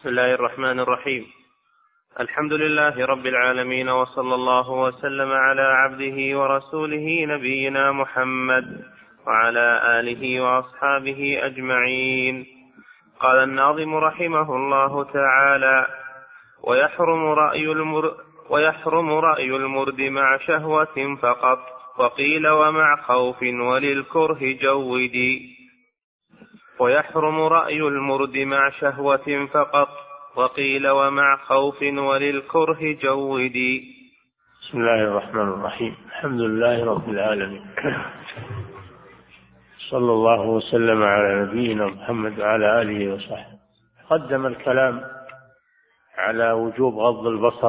بسم الله الرحمن الرحيم. الحمد لله رب العالمين، وصلى الله وسلم على عبده ورسوله نبينا محمد وعلى آله وأصحابه أجمعين. قال الناظم رحمه الله تعالى: ويحرم رأي المرد مع شهوة فقط، وقيل ومع خوف وللكره جودي. ويحرم رأي المرد مع شهوة فقط، وقيل ومع خوف وللكره جودي. بسم الله الرحمن الرحيم. الحمد لله رب العالمين، صلى الله وسلم على نبينا محمد وعلى آله وصحبه. قدم الكلام على وجوب غض البصر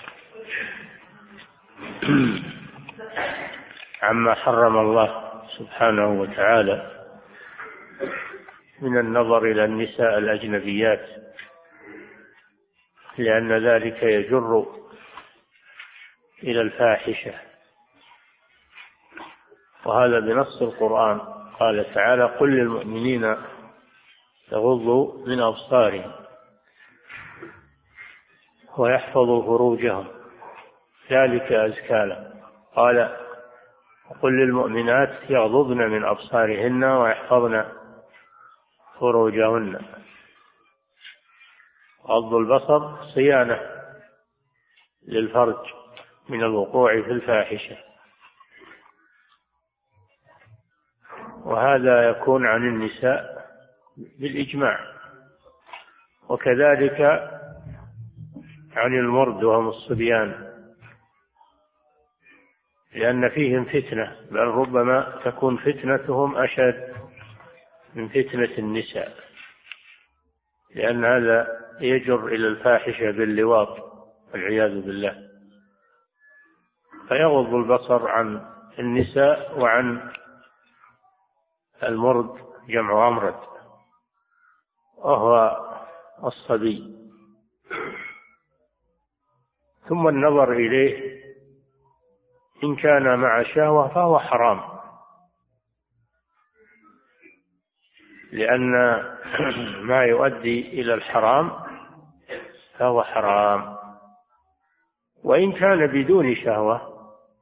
عما حرم الله سبحانه وتعالى من النظر إلى النساء الأجنبيات، لأن ذلك يجر إلى الفاحشة، وهذا بنص القرآن. قال تعالى: قل للمؤمنين يغضوا من أبصارهم ويحفظوا فروجهم ذلك أزكى لهم. قال: وقل للمؤمنات يغضضن من أبصارهن ويحفظن فروجهن. غض البصر صيانة للفرج من الوقوع في الفاحشة، وهذا يكون عن النساء بالإجماع، وكذلك عن المرد وهم الصبيان، لأن فيهم فتنة، بل ربما تكون فتنتهم أشد من فتنة النساء، لأن هذا يجر إلى الفاحشة باللواط والعياذ بالله. فيغض البصر عن النساء وعن المرد، جمع أمرد، وهو الصبي. ثم النظر إليه إن كان مع شهوة فهو حرام، لأن ما يؤدي إلى الحرام فهو حرام. وإن كان بدون شهوة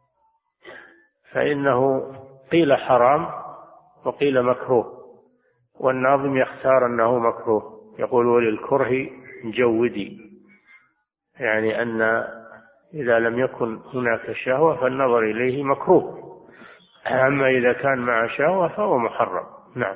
فإنه قيل حرام وقيل مكروه، والناظم يختار أنه مكروه، يقول: وللكره جودي، يعني أن إذا لم يكن هناك شهوة فالنظر إليه مكروه، أما إذا كان مع شهوة فهو محرم. نعم.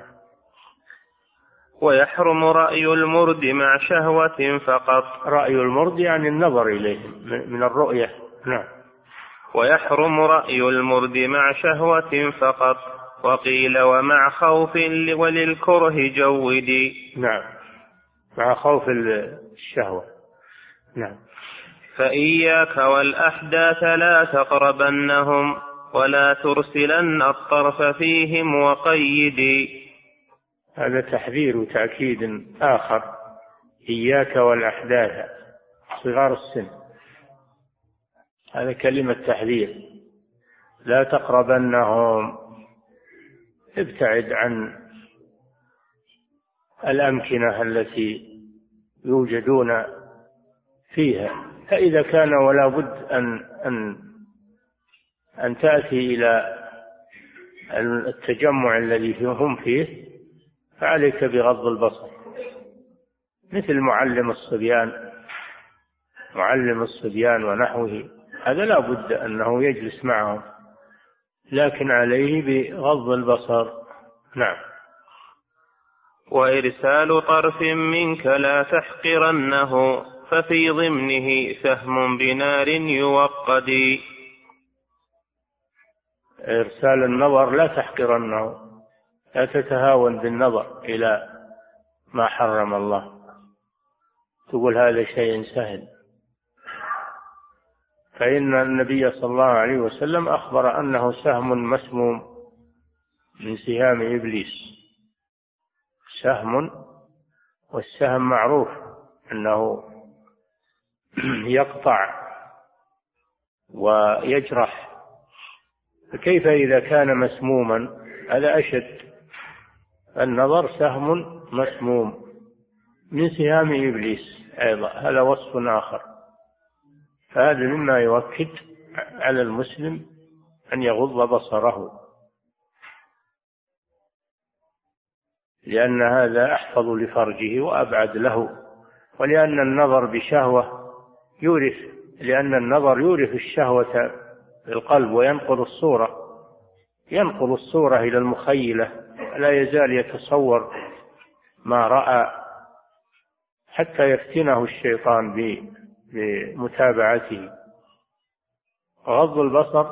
ويحرم رأي المرد مع شهوة فقط. رأي المرد يعني النظر إليه من الرؤية. نعم. ويحرم رأي المرد مع شهوة فقط، وقيل ومع خوف وللكره جودي. نعم، مع خوف الشهوة. نعم. فإياك والأحداث لا تقربنهم، ولا ترسلن الطرف فيهم وقيدي. هذا تحذير وتأكيد آخر: إياك والأحداث، صغار السن، هذا كلمة تحذير. لا تقربنهم، ابتعد عن الأمكنة التي يوجدون فيها، فإذا كان ولا بد أن تأتي إلى التجمع الذي هم فيه فعليك بغض البصر، مثل معلم الصبيان ونحوه، هذا لا بد أنه يجلس معهم، لكن عليه بغض البصر. نعم. وإرسال طرف منك لا تحقرنه، ففي ضمنه سهم بنار يوقد. إرسال النظر لا تحقرنه، لا تتهاون بالنظر إلى ما حرم الله، تقول هذا شيء سهل، فإن النبي صلى الله عليه وسلم أخبر أنه سهم مسموم من سهام إبليس، سهم، والسهم معروف أنه يقطع ويجرح، فكيف إذا كان مسموما؟ هذا أشد. النظر سهم مسموم من سهام إبليس، أيضا هذا وصف آخر. فهذا مما يؤكد على المسلم أن يغض بصره، لأن هذا أحفظ لفرجه وأبعد له، ولأن النظر بشهوة لأن النظر يورث الشهوة في القلب وينقل الصورة إلى المخيلة، لا يزال يتصور ما رأى حتى يفتنه الشيطان بمتابعته. غض البصر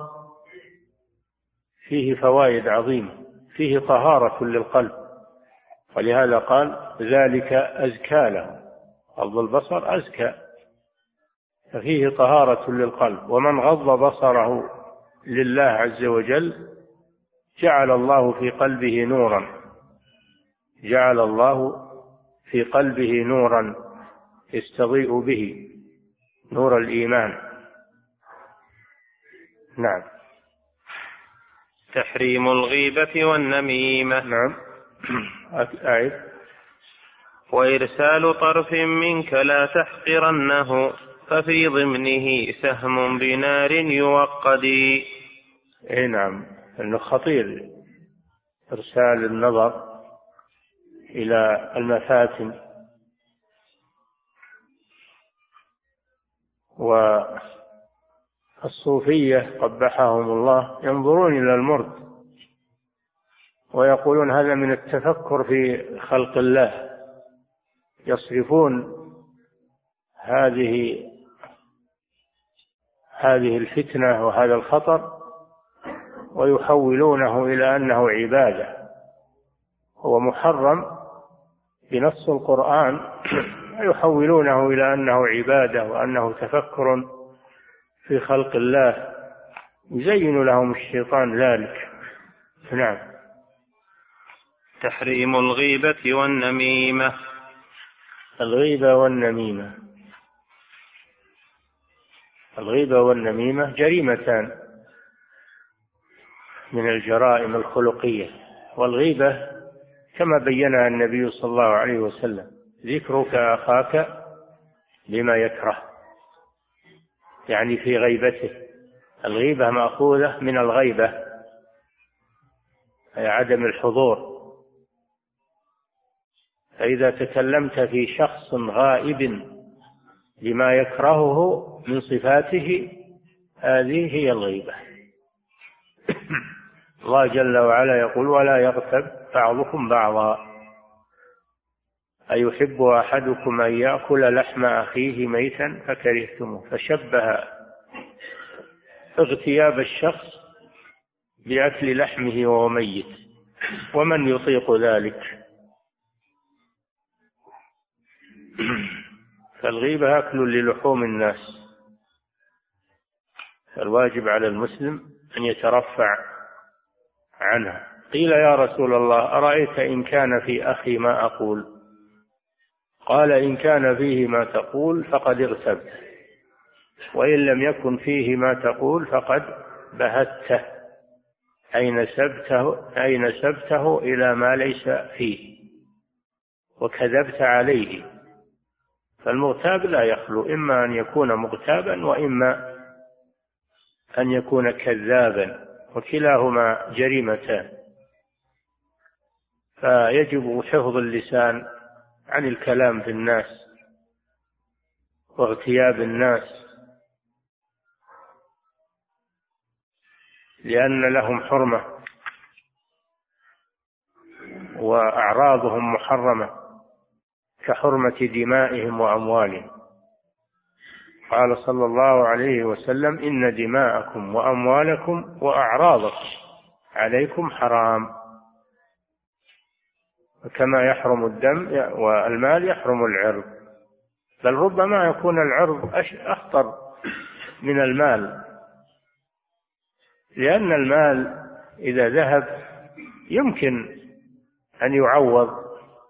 فيه فوائد عظيمة، فيه طهارة للقلب، ولهذا قال ذلك أزكى له. غض البصر أزكى، ففيه طهارة للقلب. ومن غض بصره لله عز وجل جعل الله في قلبه نورا يستضيء به، نور الإيمان. نعم. تحريم الغيبة والنميمة. نعم. أعيد. وإرسال طرف منك لا تحقرنه، ففي ضمنه سهم بنار يوقد. نعم، أنه خطير إرسال النظر إلى المفاتن، والصوفية قبحهم الله ينظرون إلى المرد ويقولون هذا من التفكر في خلق الله، يصرفون هذه الفتنة وهذا الخطر ويحولونه إلى أنه عبادة، هو محرم بنص القرآن، يحولونه إلى أنه عبادة وأنه تفكر في خلق الله، يزين لهم الشيطان ذلك. نعم. تحريم الغيبة والنميمة. الغيبة والنميمة جريمتان من الجرائم الخلقية. والغيبة كما بينها النبي صلى الله عليه وسلم ذكرك أخاك بما يكره، يعني في غيبته. الغيبة مأخوذة من الغيبة، أي عدم الحضور. فإذا تكلمت في شخص غائب بما يكرهه من صفاته هذه هي الغيبة. الله جل وعلا يقول ولا يغتب بعضكم بعضا أيحب أحدكم أن يأكل لحم أخيه ميتا فكرهتموه، فشبه اغتياب الشخص بأكل لحمه وهو ميت، ومن يطيق ذلك؟ فالغيبة أكل للحوم الناس، فالواجب على المسلم أن يترفع عنها. قيل يا رسول الله أرأيت إن كان في أخي ما أقول؟ قال إن كان فيه ما تقول فقد اغتبت، وإن لم يكن فيه ما تقول فقد بهته، أي نسبته إلى ما ليس فيه وكذبت عليه. فالمغتاب لا يخلو، إما أن يكون مغتابا وإما أن يكون كذابا، وكلاهما جريمتان. فيجب حفظ اللسان عن الكلام في الناس واغتياب الناس، لأن لهم حرمة وأعراضهم محرمة كحرمة دمائهم وأموالهم. قال صلى الله عليه وسلم إن دماءكم وأموالكم وأعراضكم عليكم حرام، كما يحرم الدم والمال يحرم العرض، بل ربما يكون العرض أخطر من المال، لأن المال إذا ذهب يمكن أن يعوض،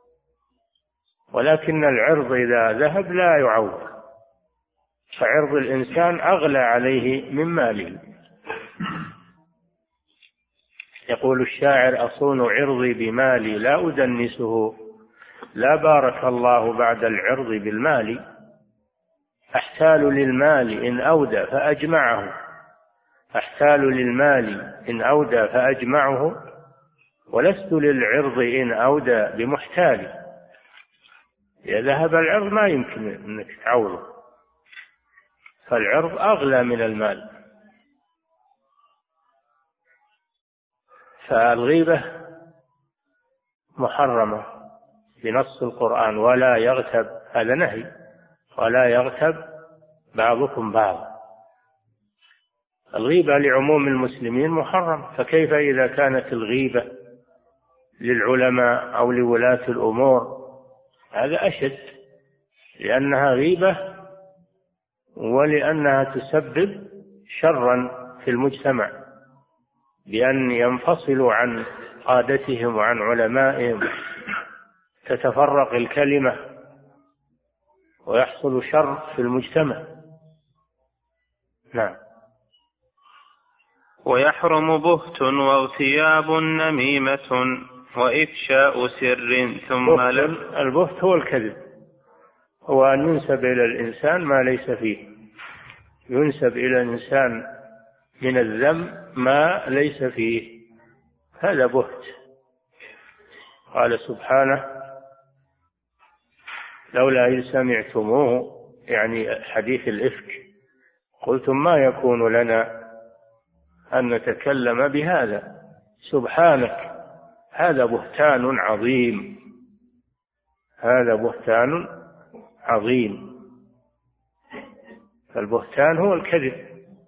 ولكن العرض إذا ذهب لا يعوض، فعرض الإنسان أغلى عليه من ماله. يقول الشاعر أصون عرضي بمالي لا أدنسه، لا بارك الله بعد العرض بالمال. أحتال للمال إن أودى فأجمعه، أحتال للمال إن أودى فأجمعه، ولست للعرض إن أودى بمحتال. إذا ذهب العرض ما يمكن أنك تعوضه، فالعرض أغلى من المال. فالغيبة محرمة بنص القرآن، ولا يغتب، هذا نهي، ولا يغتب بعضكم بعضا. الغيبة لعموم المسلمين محرم، فكيف إذا كانت الغيبة للعلماء أو لولاة الأمور؟ هذا أشد، لأنها غيبة ولأنها تسبب شرا في المجتمع بأن ينفصلوا عن قادتهم وعن علمائهم، تتفرق الكلمة ويحصل شر في المجتمع. نعم. ويحرم بهت واغتياب نميمة وإفشاء سر ثم البهت هو الكذب، هو أن ينسب إلى الإنسان ما ليس فيه، ينسب إلى الإنسان من الذم ما ليس فيه، هذا بهت. قال سبحانه: لولا إذ سمعتموه، يعني حديث الإفك، قلتم ما يكون لنا أن نتكلم بهذا، سبحانك، هذا بهتان عظيم، هذا بهتان عظيم. فالبهتان هو الكذب،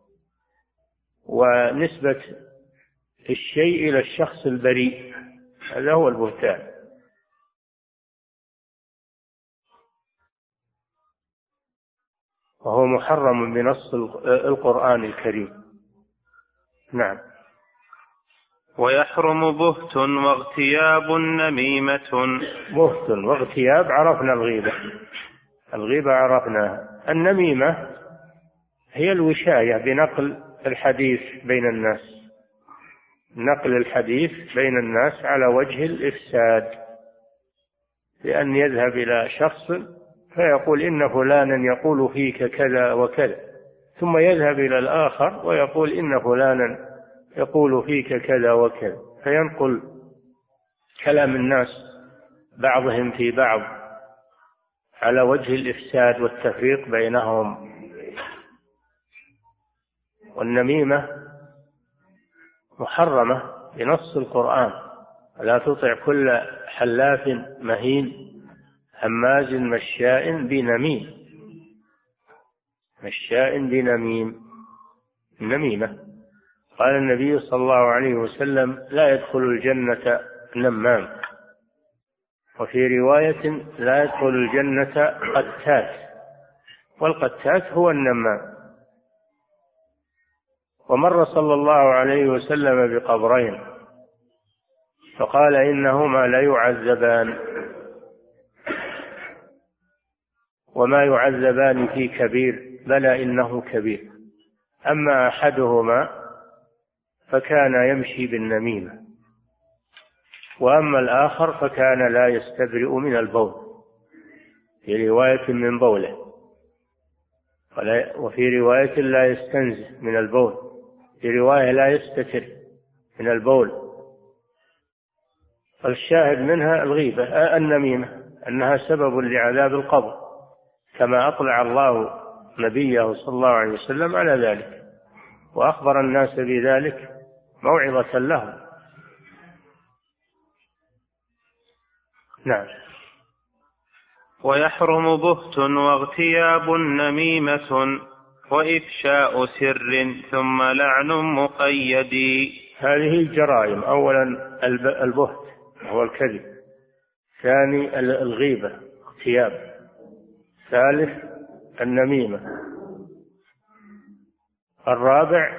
ونسبة الشيء إلى الشخص البريء، هذا هو البهتان. وهو محرم بنص القرآن الكريم. نعم. ويحرم بهت واغتياب نميمة. بهت واغتياب عرفنا الغيبة، الغيبة عرفناها. النميمة هي الوشاية بنقل الحديث بين الناس، نقل الحديث بين الناس على وجه الإفساد، لأن يذهب إلى شخص فيقول إن فلانا يقول فيك كذا وكذا، ثم يذهب إلى الآخر ويقول إن فلانا يقول فيك كذا وكذا، فينقل كلام الناس بعضهم في بعض على وجه الإفساد والتفريق بينهم. والنميمة محرمة بنص القرآن: لا تطع كل حلاف مهين هماز مشاء بنميم. مشاء بنميم، النميمة. قال النبي صلى الله عليه وسلم: لا يدخل الجنة نمام. وفي رواية: لا يدخل الجنة قتات، والقتات هو النمام. ومر صلى الله عليه وسلم بقبرين فقال: إنهما لا يعذبان، وما يعذبان في كبير، بلى إنه كبير. أما أحدهما فكان يمشي بالنميمة، وأما الآخر فكان لا يستبرئ من البول، في رواية من بوله، وفي رواية لا يستنزه من البول، في رواية لا يستتر من البول. فالشاهد منها الغيبة النميمة، أنها سبب لعذاب القبر، كما أطلع الله نبيه صلى الله عليه وسلم على ذلك، وأخبر الناس بذلك موعظة لهم. نعم. ويحرم بهت واغتياب نميمة وإفشاء سر ثم لعن مقيد. هذه الجرائم: أولا البهت وهو الكذب، ثاني الغيبة اغتياب، ثالث النميمة، الرابع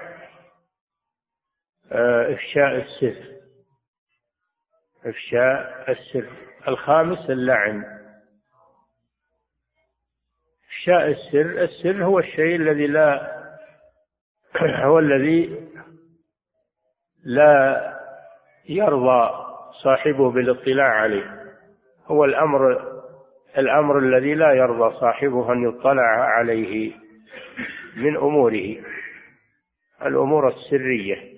إفشاء السر، إفشاء السر، الخامس اللعن. إفشاء السر، السر هو الشيء الذي لا يرضى صاحبه بالاطلاع عليه، هو الأمر الأمر الذي لا يرضى صاحبه أن يطلع عليه من أموره، الأمور السرية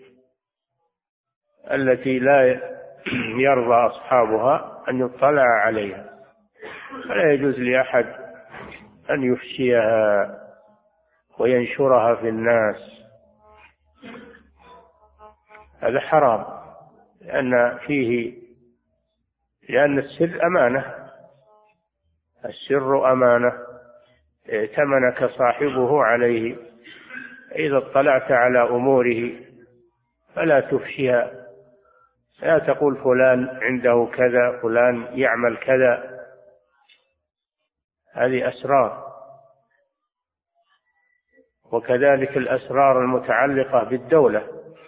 التي لا يرضى أصحابها أن يطلع عليها، فلا يجوز لأحد أن يفشيها وينشرها في الناس، هذا حرام، لأن السر أمانة، السر أمانة ائتمنك صاحبه عليه، إذا اطلعت على أموره فلا تفشيها، لا تقول فلان عنده كذا، فلان يعمل كذا، هذه أسرار. وكذلك الأسرار المتعلقة بالدولة،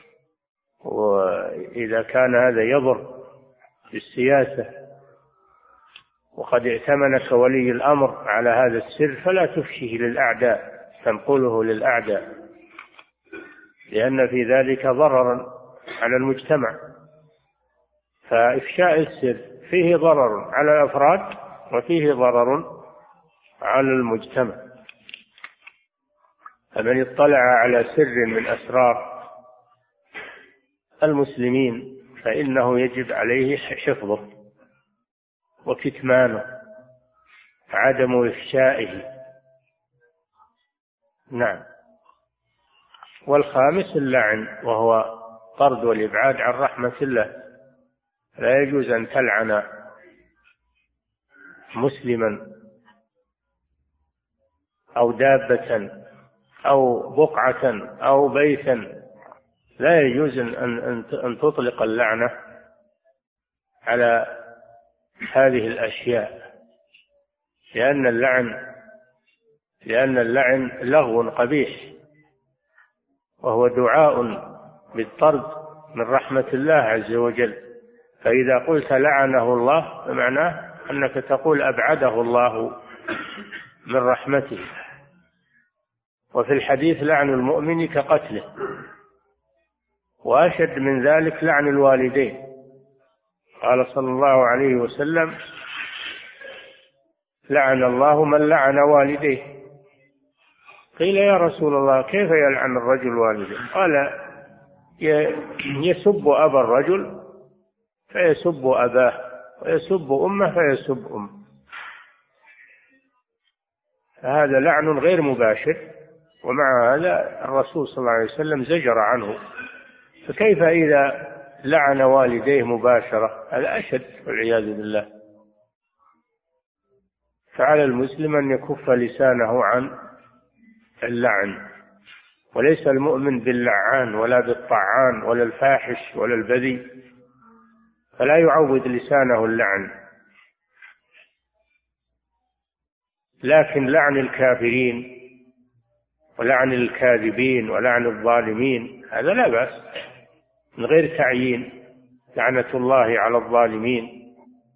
وإذا كان هذا يضر بالسياسة وقد ائتمنك ولي الأمر على هذا السر فلا تفشيه للأعداء، تنقله للأعداء، لأن في ذلك ضررا على المجتمع. فإفشاء السر فيه ضرر على الأفراد وفيه ضرر على المجتمع. فمن اطلع على سر من أسرار المسلمين فإنه يجب عليه حفظه وكتمانه، عدم إفشائه. نعم. والخامس اللعن، وهو طرد والإبعاد عن رحمة الله، لا يجوز أن تلعن مسلما أو دابة أو بقعة أو بيتا، لا يجوز أن تطلق اللعنة على هذه الأشياء، لأن اللعن لغو قبيح، وهو دعاء بالطرد من رحمة الله عز وجل. فإذا قلت لعنه الله فمعناه أنك تقول أبعده الله من رحمته. وفي الحديث لعن المؤمن كقتله، وأشد من ذلك لعن الوالدين. قال صلى الله عليه وسلم: لعن الله من لعن والديه. قيل: يا رسول الله كيف يلعن الرجل والديه؟ قال: يسب أبا الرجل فيسب أباه، ويسب أمه فيسب أمه، فهذا لعن غير مباشر، ومع هذا الرسول صلى الله عليه وسلم زجر عنه، فكيف إذا لعن والديه مباشرة؟ هذا أشد والعياذ بالله. فعلى المسلم أن يكف لسانه عن اللعن، وليس المؤمن باللعان ولا بالطعان ولا الفاحش ولا البذيء، فلا يعود لسانه اللعن. لكن لعن الكافرين ولعن الكاذبين ولعن الظالمين هذا لا بأس، من غير تعيين، لعنة الله على الظالمين،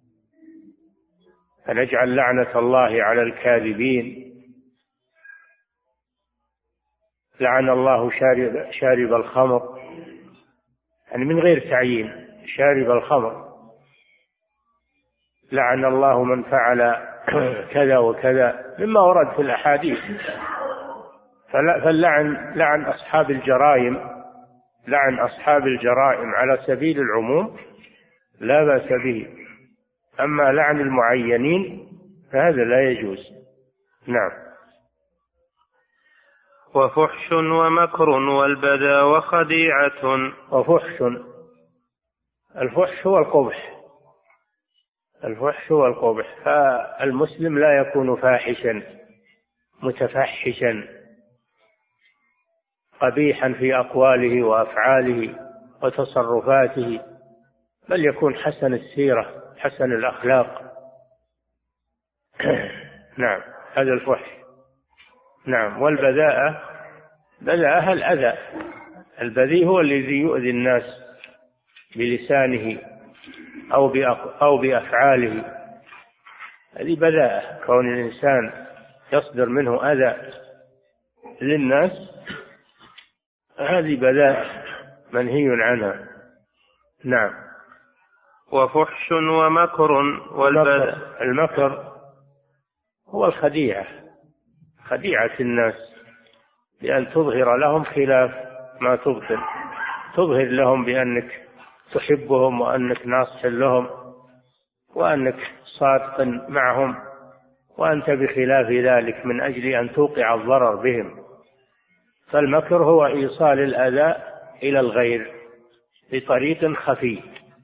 فنجعل لعنة الله على الكاذبين. لعن الله شارب الخمر، يعني من غير تعيين، شارب الخمر. لعن الله من فعل كذا وكذا مما ورد في الأحاديث. فاللعن لعن أصحاب الجرائم، لعن أصحاب الجرائم على سبيل العموم لا بأس به، أما لعن المعينين فهذا لا يجوز. نعم. وفحش ومكر والبذى وخديعة. وفحش، الفحش هو القبح، الفحش هو القبح. فالمسلم لا يكون فاحشا متفحشا قبيحا في أقواله وأفعاله وتصرفاته، بل يكون حسن السيرة حسن الأخلاق. نعم، هذا الفحش. نعم. والبذاءة، بذاءة الأذى، البذيء هو الذي يؤذي الناس بلسانه أو بأفعاله، هذه بذاءة، كون الإنسان يصدر منه أذى للناس، هذه بذاءة منهي عنها. نعم. وفحش ومكر والبذاء. المكر هو الخديعة، خديعة الناس بأن تظهر لهم خلاف ما تبطن، تظهر لهم بأنك تحبهم وأنك ناصح لهم وأنك صادق معهم، وأنت بخلاف ذلك من أجل أن توقع الضرر بهم. فالمكر هو إيصال الأذى إلى الغير بطريق خفي،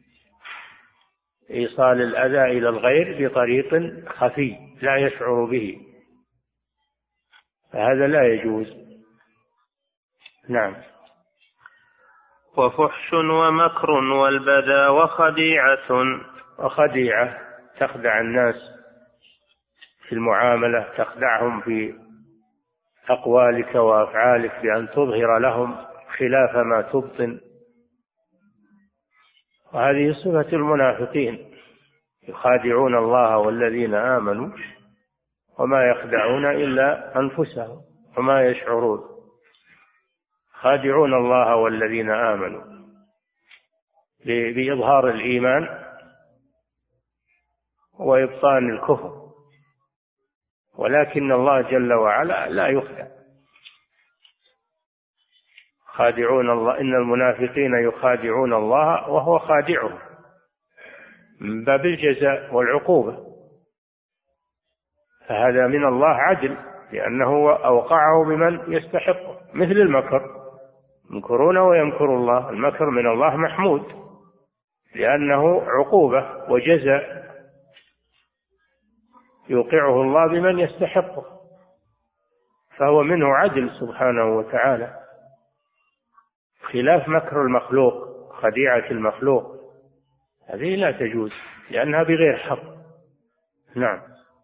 إيصال الأذى إلى الغير بطريق خفي لا يشعر به، فهذا لا يجوز. نعم. وفحش ومكر والبذى وخديعة. وخديعة تخدع الناس في المعاملة، تخدعهم في أقوالك وأفعالك بأن تظهر لهم خلاف ما تبطن، وهذه صفة المنافقين، يخادعون الله والذين آمنوا وما يخدعون إلا أنفسهم وما يشعرون، خادعون الله والذين آمنوا بإظهار الإيمان وإبطان الكفر، ولكن الله جل وعلا لا يخدع. خادعون الله، إن المنافقين يخادعون الله وهو خادعهم، من باب الجزاء والعقوبة، فهذا من الله عدل لأنه أوقعه بمن يستحقه، مثل المكر، يمكرون ويمكر الله، المكر من الله محمود لأنه عقوبة وجزاء يوقعه الله بمن يستحقه، فهو منه عدل سبحانه وتعالى، خلاف مكر المخلوق، خديعة المخلوق، هذه لا تجوز لأنها بغير حق. نعم.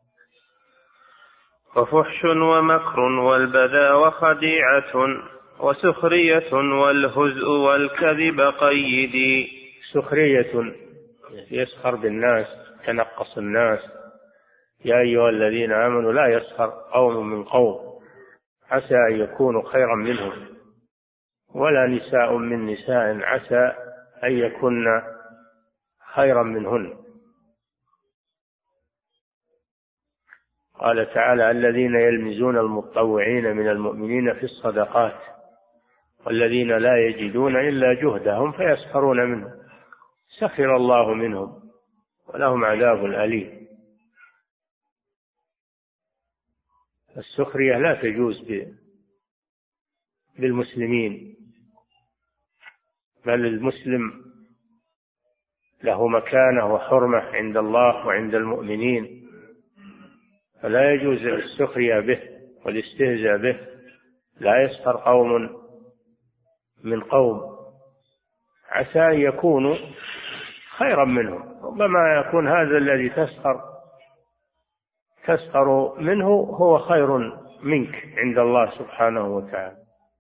وفحش ومكر والبذى وخديعة وسخرية والهزء والكذب قيدي. سخرية يسخر بالناس، تنقص الناس. يا أيها الذين آمنوا لا يسخر قوم من قوم عسى أن يكونوا خيرا منهم، ولا نساء من نساء عسى أن يكون خيرا منهن. قال تعالى: الذين يلمزون المتطوعين من المؤمنين في الصدقات والذين لا يجدون إلا جهدهم فيسخرون منهم سخر الله منهم ولهم عذاب أليم. السخرية لا تجوز بالمسلمين، بل المسلم له مكانة وحرمة عند الله وعند المؤمنين، فلا يجوز السخرية به والاستهزاء به. لا يسخر قوم من قوم عسى أن يكونوا خيرا منهم، ربما يكون هذا الذي تسخر منه هو خير منك عند الله سبحانه وتعالى.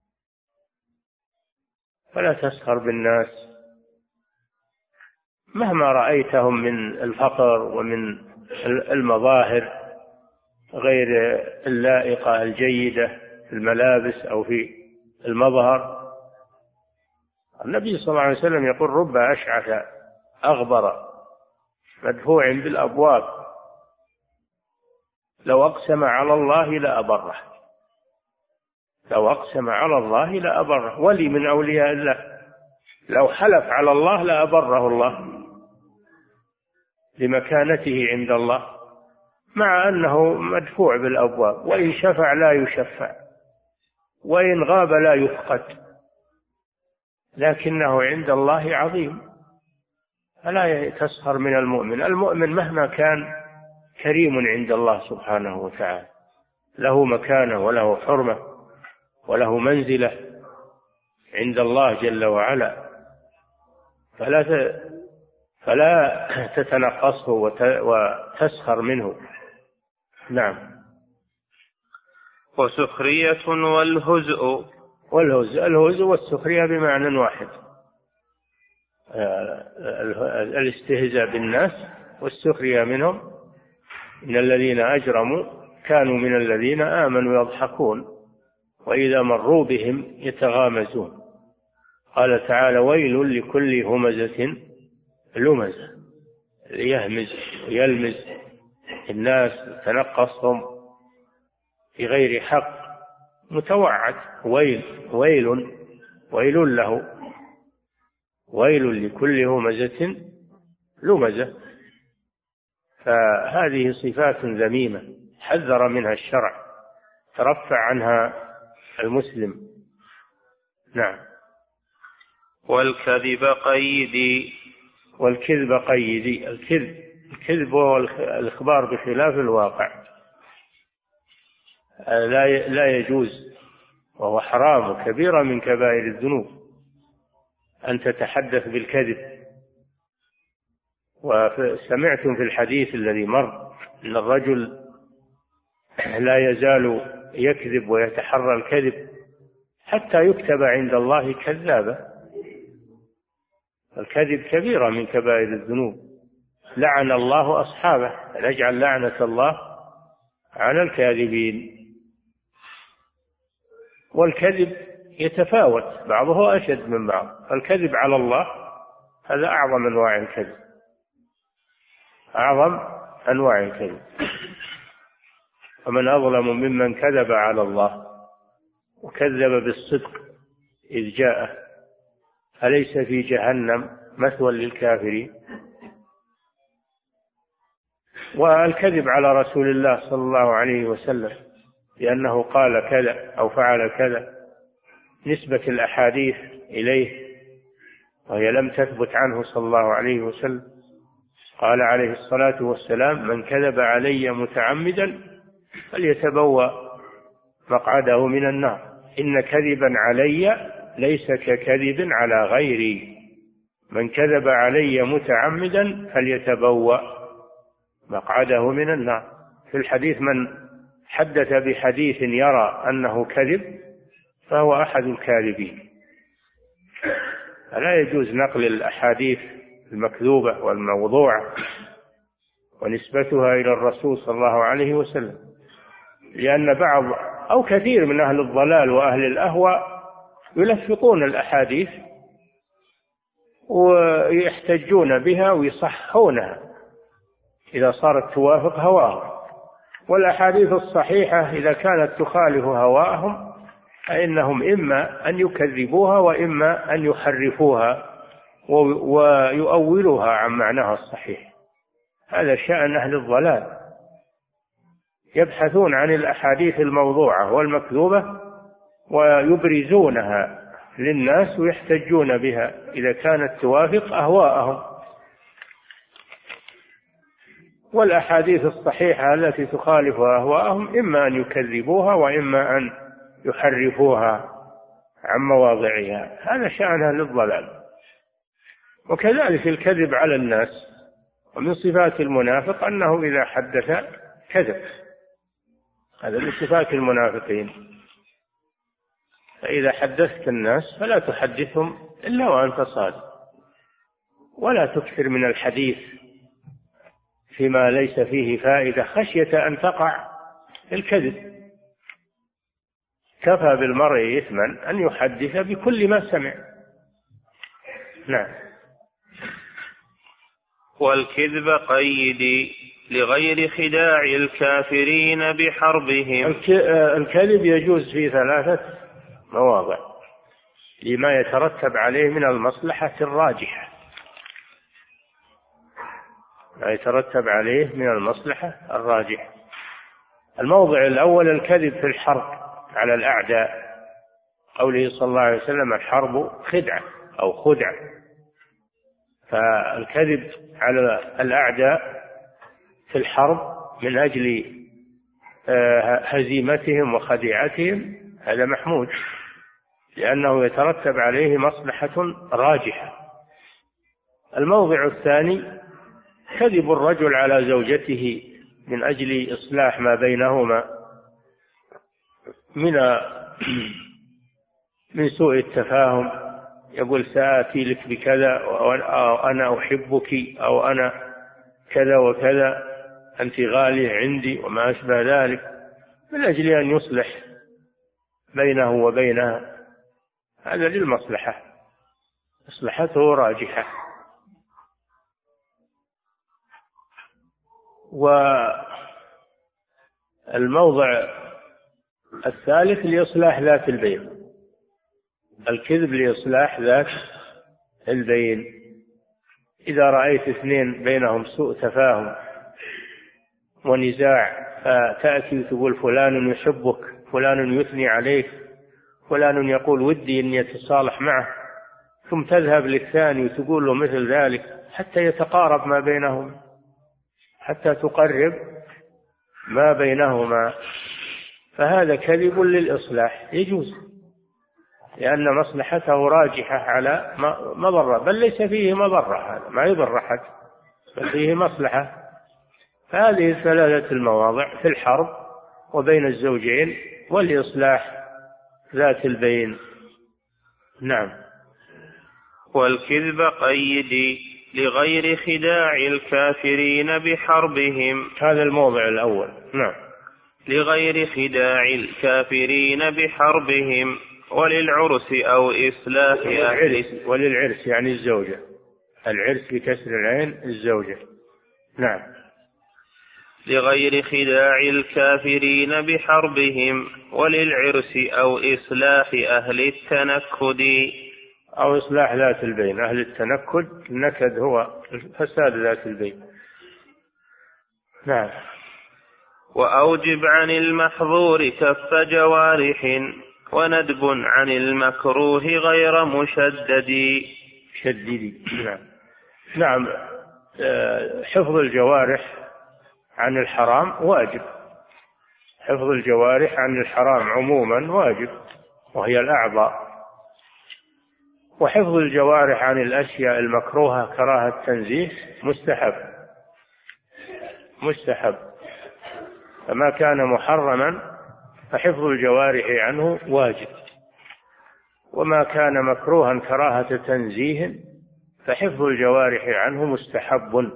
فلا تسخر بالناس مهما رأيتهم من الفقر ومن المظاهر غير اللائقة الجيدة في الملابس أو في المظهر. النبي صلى الله عليه وسلم يقول: رب أشعث أغبر مدفوع بالأبواب لو أقسم على الله لأبره. لو أقسم على الله لأبره، ولي من أولياء الله لو حلف على الله لأبره الله لمكانته عند الله، مع أنه مدفوع بالأبواب، وإن شفع لا يشفع وإن غاب لا يفقد، لكنه عند الله عظيم. فلا تسخر من المؤمن. المؤمن مهما كان كريم عند الله سبحانه وتعالى، له مكانة وله حرمة وله منزلة عند الله جل وعلا، فلا تتنقصه وتسخر منه. نعم. وسخرية والهزء. الهزء والسخرية بمعنى واحد، الاستهزاء بالناس والسخرية منهم. إن الذين أجرموا كانوا من الذين آمنوا يضحكون وإذا مروا بهم يتغامزون. قال تعالى: ويل لكل همزة لمزة، يهمز ويلمز الناس تنقصهم في غير حق متوعد. ويل له، ويل لكل همزة لمزة. فهذه صفات ذميمة حذر منها الشرع، ترفع عنها المسلم. نعم. والكذب قيدي. والكذب قيدي. الكذب هو الإخبار بخلاف الواقع، لا يجوز، وهو حرام كبيرة من كبائر الذنوب أن تتحدث بالكذب. وسمعتم في الحديث الذي مر أن الرجل لا يزال يكذب ويتحرى الكذب حتى يكتب عند الله كذابا. الكذب كبيرة من كبائر الذنوب، لعن الله أصحابه، نجعل لعنة الله على الكاذبين. والكذب يتفاوت، بعضه أشد من بعض. الكذب على الله هذا أعظم أنواع الكذب، أعظم أنواع الكذب. ومن أظلم ممن كذب على الله وكذب بالصدق إذ جاءه أليس في جهنم مثوى للكافرين. والكذب على رسول الله صلى الله عليه وسلم لأنه قال كذا أو فعل كذا، نسبة الأحاديث إليه وهي لم تثبت عنه صلى الله عليه وسلم. قال عليه الصلاة والسلام: من كذب علي متعمدا فليتبوأ مقعده من النار، إن كذبا علي ليس ككذب على غيري. من كذب علي متعمدا فليتبوأ مقعده من النار. في الحديث: من حدث بحديث يرى أنه كذب فهو أحد الكاذبين. فلا يجوز نقل الأحاديث المكذوبة والموضوعة ونسبتها إلى الرسول صلى الله عليه وسلم، لأن بعض أو كثير من أهل الضلال وأهل الأهواء يلفقون الأحاديث ويحتجون بها ويصحونها إذا صارت توافق هواهم. والأحاديث الصحيحة إذا كانت تخالف هواءهم فإنهم إما أن يكذبوها وإما أن يحرفوها ويؤولوها عن معناها الصحيح. هذا شأن أهل الضلال، يبحثون عن الأحاديث الموضوعة والمكذوبة ويبرزونها للناس ويحتجون بها إذا كانت توافق أهواءهم. والأحاديث الصحيحة التي تخالف أهواءهم إما أن يكذبوها وإما أن يحرفوها عن مواضعها. هذا شأن أهل الضلال. وكذلك الكذب على الناس، ومن صفات المنافق أنه إذا حدث كذب، هذا من صفات المنافقين. فإذا حدثت الناس فلا تحدثهم إلا وأنت صادق، ولا تكثر من الحديث فيما ليس فيه فائدة خشية أن تقع الكذب. كفى بالمرء إثما أن يحدث بكل ما سمع. نعم. والكذب قيدي لغير خداع الكافرين بحربهم. الكذب يجوز في 3 مواضع لما يترتب عليه من المصلحة الراجحة، ما يترتب عليه من المصلحة الراجحة. الموضع الأول الكذب في الحرب على الأعداء، قوله صلى الله عليه وسلم: الحرب خدعة أو خدعة. فالكذب على الأعداء في الحرب من أجل هزيمتهم وخديعتهم هذا محمود، لأنه يترتب عليه مصلحة راجحة. الموضع الثاني كذب الرجل على زوجته من أجل إصلاح ما بينهما من سوء التفاهم، يقول: سآتي لك بكذا، أو أنا أحبك، أو أنا كذا وكذا، أنت غالية عندي، وما أشبه ذلك، من أجل أن يصلح بينه وبينها. هذا للمصلحة، مصلحته راجحة. الموضع الثالث لإصلاح ذات البين، الكذب لإصلاح ذات البين. إذا رأيت اثنين بينهم سوء تفاهم ونزاع، فتأتي وتقول فلان يحبك، فلان يثني عليك، فلان يقول ودي أن يتصالح معه، ثم تذهب للثاني وتقول له مثل ذلك حتى يتقارب ما بينهم، حتى تقرب ما بينهما، فهذا كذب للإصلاح يجوز، لأن مصلحته راجحة على مضرة، بل ليس فيه مضرة، هذا ما يضر أحد بل فيه مصلحة. فهذه الثلاثة المواضع في الحرب وبين الزوجين والإصلاح ذات البين. نعم. والكذب قيد لغير خداع الكافرين بحربهم، هذا الموضع الأول. نعم. لغير خداع الكافرين بحربهم، وللعرس أو إصلاح أهل، وللعرس يعني الزوجة، العرس بكسر العين الزوجة. نعم. لغير خداع الكافرين بحربهم، وللعرس أو إصلاح أهل التنكد، أو إصلاح ذات البين. أهل التنكد، النكد هو فساد ذات البين. نعم. وأوجب عن المحظور كف جوارح، وندب عن المكروه غير مشدد. نعم. نعم. حفظ الجوارح عن الحرام واجب، حفظ الجوارح عن الحرام عموما واجب، وهي الأعضاء. وحفظ الجوارح عن الأشياء المكروهة كراهة تنزيه مستحب، فما كان محرما فحفظ الجوارح عنه واجب، وما كان مكروها كراهة تنزيه فحفظ الجوارح عنه مستحب.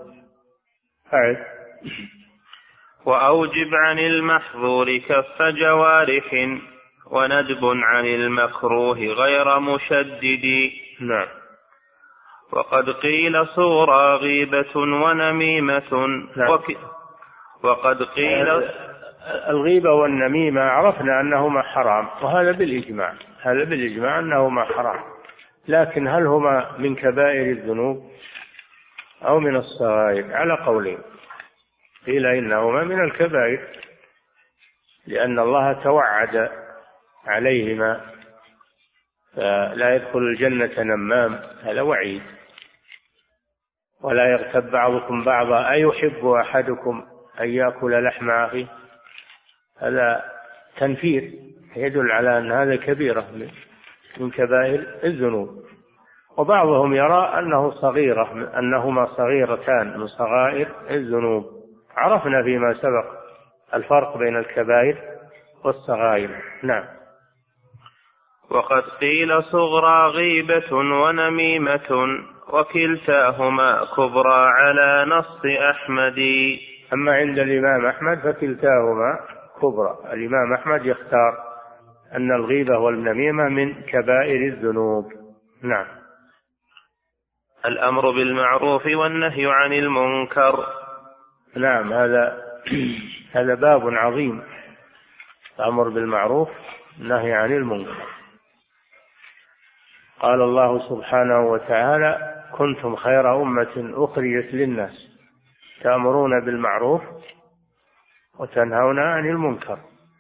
وأوجب عن المحظور كف جوارح، وندب عن المكروه غير مشدد. نعم. وقد قيل صورة غيبة ونميمة. نعم. وقد قيل الغيبة والنميمة عرفنا أنهما حرام، وهذا بالإجماع، أنهما حرام، لكن هل هما من كبائر الذنوب أو من الصغائر؟ على قولين، قيل إنهما من الكبائر لأن الله توعد عليهما، فلا يدخل الجنة نمام، هذا وعيد. ولا يغتب بعضكم بعضا أيحب أحدكم أن يأكل لحم أخيه، هذا تنفير يدل على أن هذا كبيرة من كبائر الذنوب. وبعضهم يرى أنهما صغيرتان من صغائر الذنوب. عرفنا فيما سبق الفرق بين الكبائر والصغائر. نعم. وقد قيل صغرى غيبة ونميمة، وكلتاهما كبرى على نص أحمد. أما عند الإمام أحمد فكلتاهما كبرى، الإمام أحمد يختار أن الغيبة والنميمة من كبائر الذنوب. نعم. الأمر بالمعروف والنهي عن المنكر. نعم. هذا باب عظيم، الأمر بالمعروف والنهي عن المنكر. قال الله سبحانه وتعالى: كنتم خير أمة أخرجت للناس تأمرون بالمعروف وتنهون عن المنكر.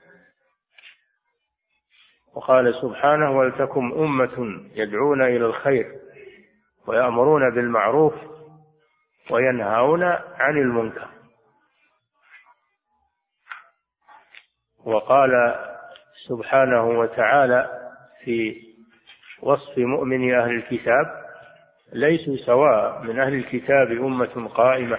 وقال سبحانه: ولتكن أمة يدعون إلى الخير ويأمرون بالمعروف وينهون عن المنكر. وقال سبحانه وتعالى في وصف مؤمن أهل الكتاب: ليسوا سواء من أهل الكتاب أمة قائمة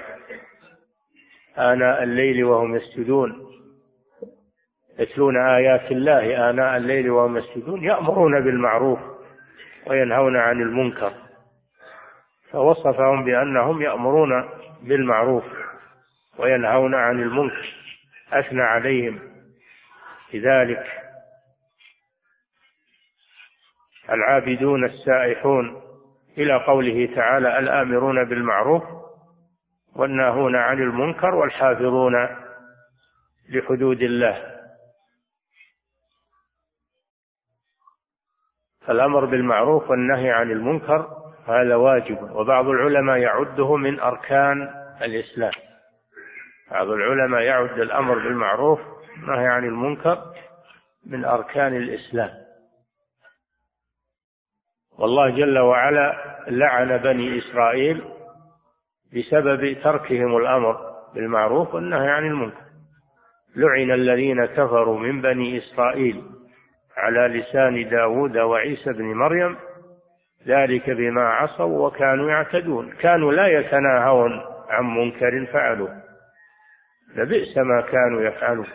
آناء الليل وهم يسجدون يتلون آيات الله آناء الليل وهم يسجدون يأمرون بالمعروف وينهون عن المنكر. فوصفهم بأنهم يأمرون بالمعروف وينهون عن المنكر، أثنى عليهم بذلك: العابدون السائحون، إلى قوله تعالى: الآمرون بالمعروف والناهون عن المنكر والحافظون لحدود الله. فالأمر بالمعروف والنهي عن المنكر هذا واجب، وبعض العلماء يعده من أركان الإسلام. بعض العلماء يعد الأمر بالمعروف والنهي عن المنكر من أركان الإسلام. والله جل وعلا لعن بني إسرائيل بسبب تركهم الأمر بالمعروف والنهي عن المنكر. لعن الذين كفروا من بني إسرائيل على لسان داود وعيسى بن مريم ذلك بما عصوا وكانوا يعتدون، كانوا لا يتناهون عن منكر فعلوه، لبئس ما كانوا يفعلون.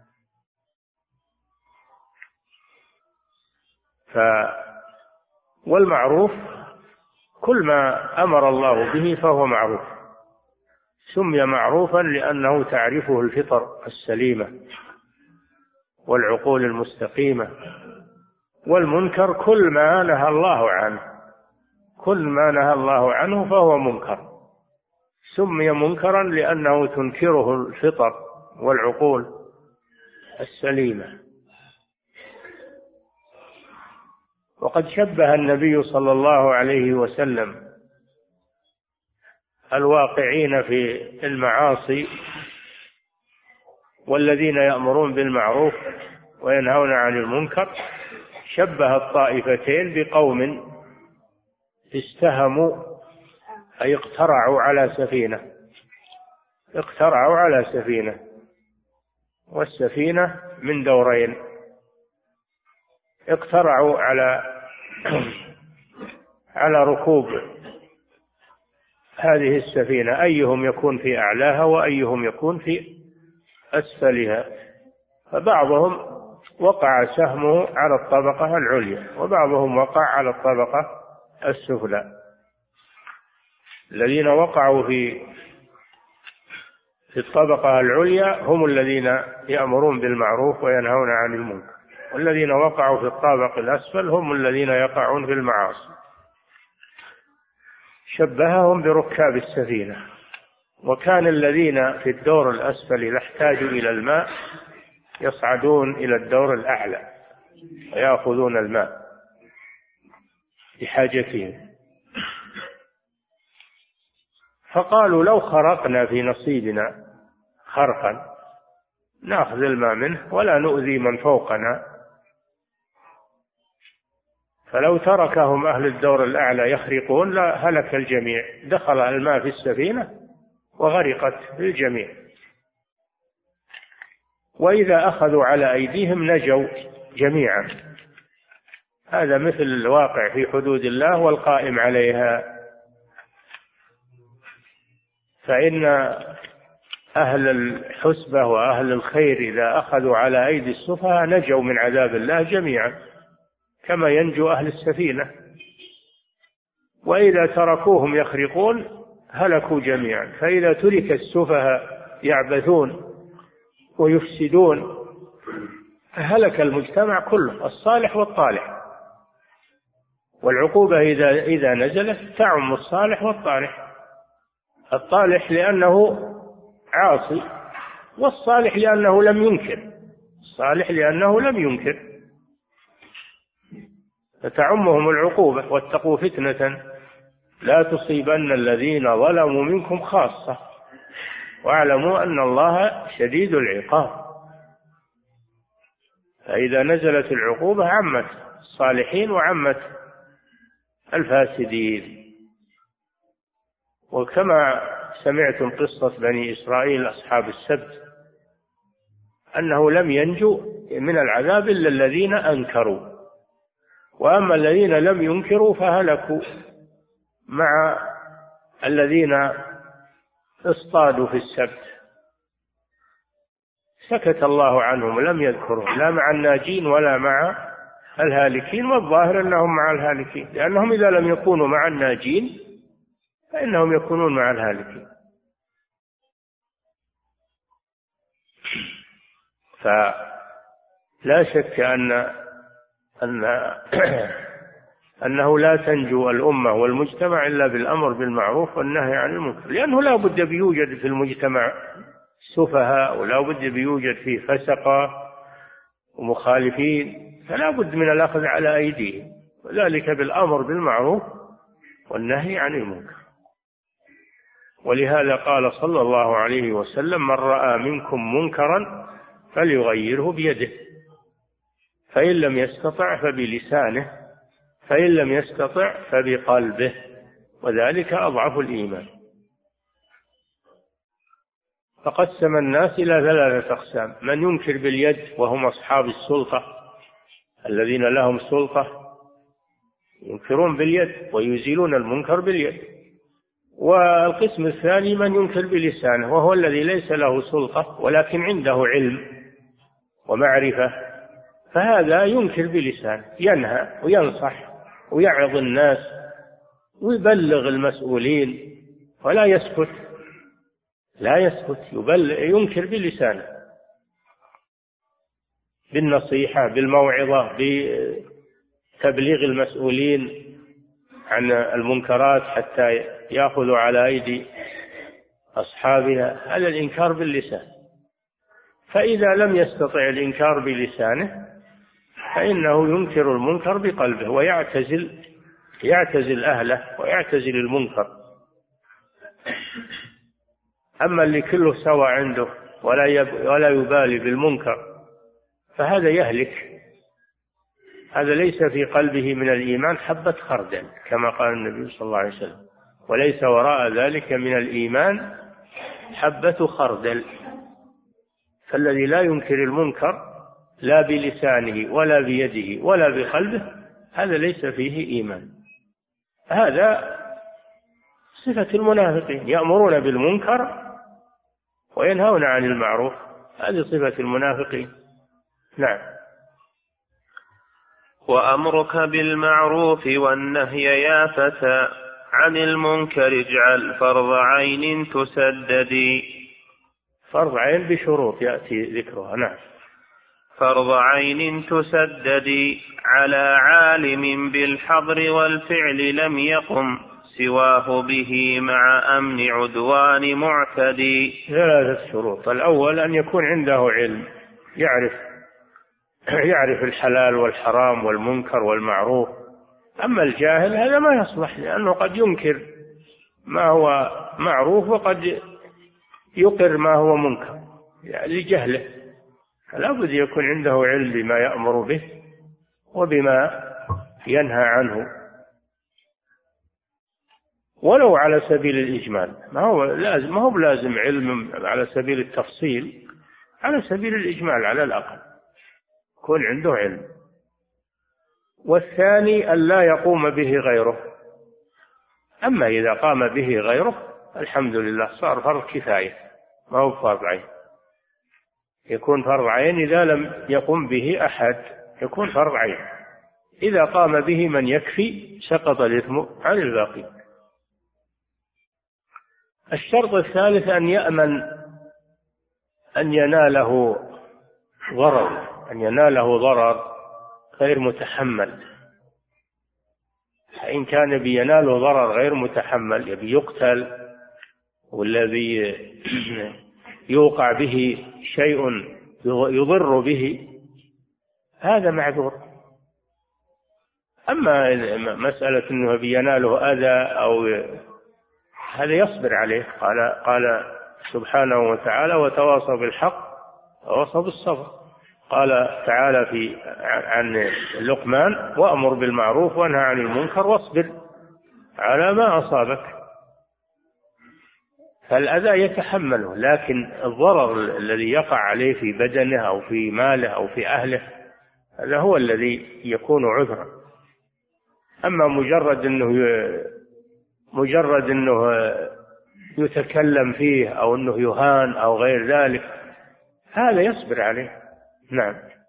والمعروف كل ما أمر الله به فهو معروف، سمي معروفا لأنه تعرفه الفطر السليمة والعقول المستقيمة. والمنكر كل ما نهى الله عنه، كل ما نهى الله عنه فهو منكر، سمي منكرا لأنه تنكره الفطر والعقول السليمة. وقد شبه النبي صلى الله عليه وسلم الواقعين في المعاصي والذين يأمرون بالمعروف وينهون عن المنكر، شبه الطائفتين بقوم استهموا أي اقترعوا على سفينة، والسفينة من دورين. اقترعوا على ركوب هذه السفينة، أيهم يكون في أعلاها وأيهم يكون في أسفلها، فبعضهم وقع سهمه على الطبقة العليا وبعضهم وقع على الطبقة السفلى. الذين وقعوا في الطبقة العليا هم الذين يأمرون بالمعروف وينهون عن المنكر، والذين وقعوا في الطابق الأسفل هم الذين يقعون في المعاصي. شبههم بركاب السفينة، وكان الذين في الدور الأسفل إذا احتاجوا إلى الماء يصعدون إلى الدور الأعلى ويأخذون الماء لحاجتهم. فقالوا لو خرقنا في نصيبنا خرقا نأخذ الماء منه ولا نؤذي من فوقنا. فلو تركهم أهل الدور الأعلى يخرقون لا هلك الجميع، دخل الماء في السفينة وغرقت الجميع. وإذا أخذوا على أيديهم نجوا جميعا. هذا مثل الواقع في حدود الله والقائم عليها. فإن أهل الحسبة وأهل الخير إذا أخذوا على أيدي السفهاء نجوا من عذاب الله جميعا كما ينجو أهل السفينة، وإذا تركوهم يخرقون هلكوا جميعا. فإذا ترك السفهاء يعبثون ويفسدون هلك المجتمع كله، الصالح والطالح. والعقوبة إذا نزلت تعم الصالح والطالح، الطالح لأنه عاصي والصالح لأنه لم ينكر، فتعمهم العقوبة. واتقوا فتنة لا تصيبن الذين ظلموا منكم خاصة واعلموا أن الله شديد العقاب. فإذا نزلت العقوبة عمت الصالحين وعمت الفاسدين. وكما سمعتم قصة بني إسرائيل أصحاب السبت أنه لم ينجوا من العذاب إلا الذين أنكروا، وأما الذين لم ينكروا فهلكوا مع الذين اصطادوا في السبت. سكت الله عنهم لم يذكرهم لا مع الناجين ولا مع الهالكين، والظاهر أنهم مع الهالكين، لأنهم إذا لم يكونوا مع الناجين فإنهم يكونون مع الهالكين. فلا شك أنه لا تنجو الأمة والمجتمع إلا بالأمر بالمعروف والنهي عن المنكر، لأنه لا بد بيوجد في المجتمع سفهاء ولا بد بيوجد فيه فسقة ومخالفين، فلا بد من الأخذ على أيديهم، وذلك بالأمر بالمعروف والنهي عن المنكر. ولهذا قال صلى الله عليه وسلم: من رأى منكم منكرا فليغيره بيده، فإن لم يستطع فبلسانه، فإن لم يستطع فبقلبه، وذلك أضعف الإيمان. فقسم الناس إلى 3 أقسام: من ينكر باليد وهم أصحاب السلطة الذين لهم سلطة ينكرون باليد ويزيلون المنكر باليد. والقسم الثاني من ينكر بلسانه وهو الذي ليس له سلطة ولكن عنده علم ومعرفة، فهذا ينكر بلسانه، ينهى وينصح ويعظ الناس ويبلغ المسؤولين ولا يسكت، لا يسكت، ينكر بلسانه بالنصيحة بالموعظة بتبليغ المسؤولين عن المنكرات حتى يأخذوا على أيدي أصحابها. هذا الإنكار باللسان. فإذا لم يستطع الإنكار بلسانه فإنه ينكر المنكر بقلبه ويعتزل أهله ويعتزل المنكر. أما اللي كله سوى عنده ولا يبالي بالمنكر فهذا يهلك، هذا ليس في قلبه من الإيمان حبة خردل كما قال النبي صلى الله عليه وسلم: وليس وراء ذلك من الإيمان حبة خردل. فالذي لا ينكر المنكر لا بلسانه ولا بيده ولا بقلبه هذا ليس فيه إيمان. هذا صفة المنافقين، يأمرون بالمنكر وينهون عن المعروف، هذه صفة المنافقين. نعم. وأمرك بالمعروف والنهي يا فتى عن المنكر اجعل فرض عين تسددي. فرض عين بشروط يأتي ذكرها. نعم. فرض عين تسددي على عالم بالحظر والفعل لم يقم سواه به مع أمن عدوان معتدي. 3 شروط: الأول أن يكون عنده علم، يعرف الحلال والحرام والمنكر والمعروف. أما الجاهل هذا ما يصلح، لأنه قد ينكر ما هو معروف وقد يقر ما هو منكر يعني لجهله. فلا بد يكون عنده علم بما يأمر به وبما ينهى عنه، ولو على سبيل الإجمال، ما هو بلازم علم على سبيل التفصيل، على سبيل الإجمال على الأقل يكون عنده علم. والثاني أن لا يقوم به غيره. أما إذا قام به غيره الحمد لله صار فرض كفاية، ما هو فرض عين. يكون فرض عين إذا لم يقم به أحد، يكون فرض عين. إذا قام به من يكفي سقط الإثم عن الباقي. الشرط الثالث أن يأمن أن يناله ضرر غير متحمل. فإن كان بيناله ضرر غير متحمل، يبي يقتل والذي يوقع به شيء يضر به، هذا معذور. أما مسألة أنه بيناله أذى أو هذا يصبر عليه. قال سبحانه وتعالى: وتواصوا بالحق وتواصوا بالصبر. قال تعالى عن لقمان: وأمر بالمعروف وانهى عن المنكر واصبر على ما أصابك. فالأذى يتحمله، لكن الضرر الذي يقع عليه في بدنه أو في ماله أو في أهله هذا هو الذي يكون عذرا. أما مجرد أنه يتكلم فيه أو أنه يهان أو غير ذلك هذا يصبر عليه. نعم.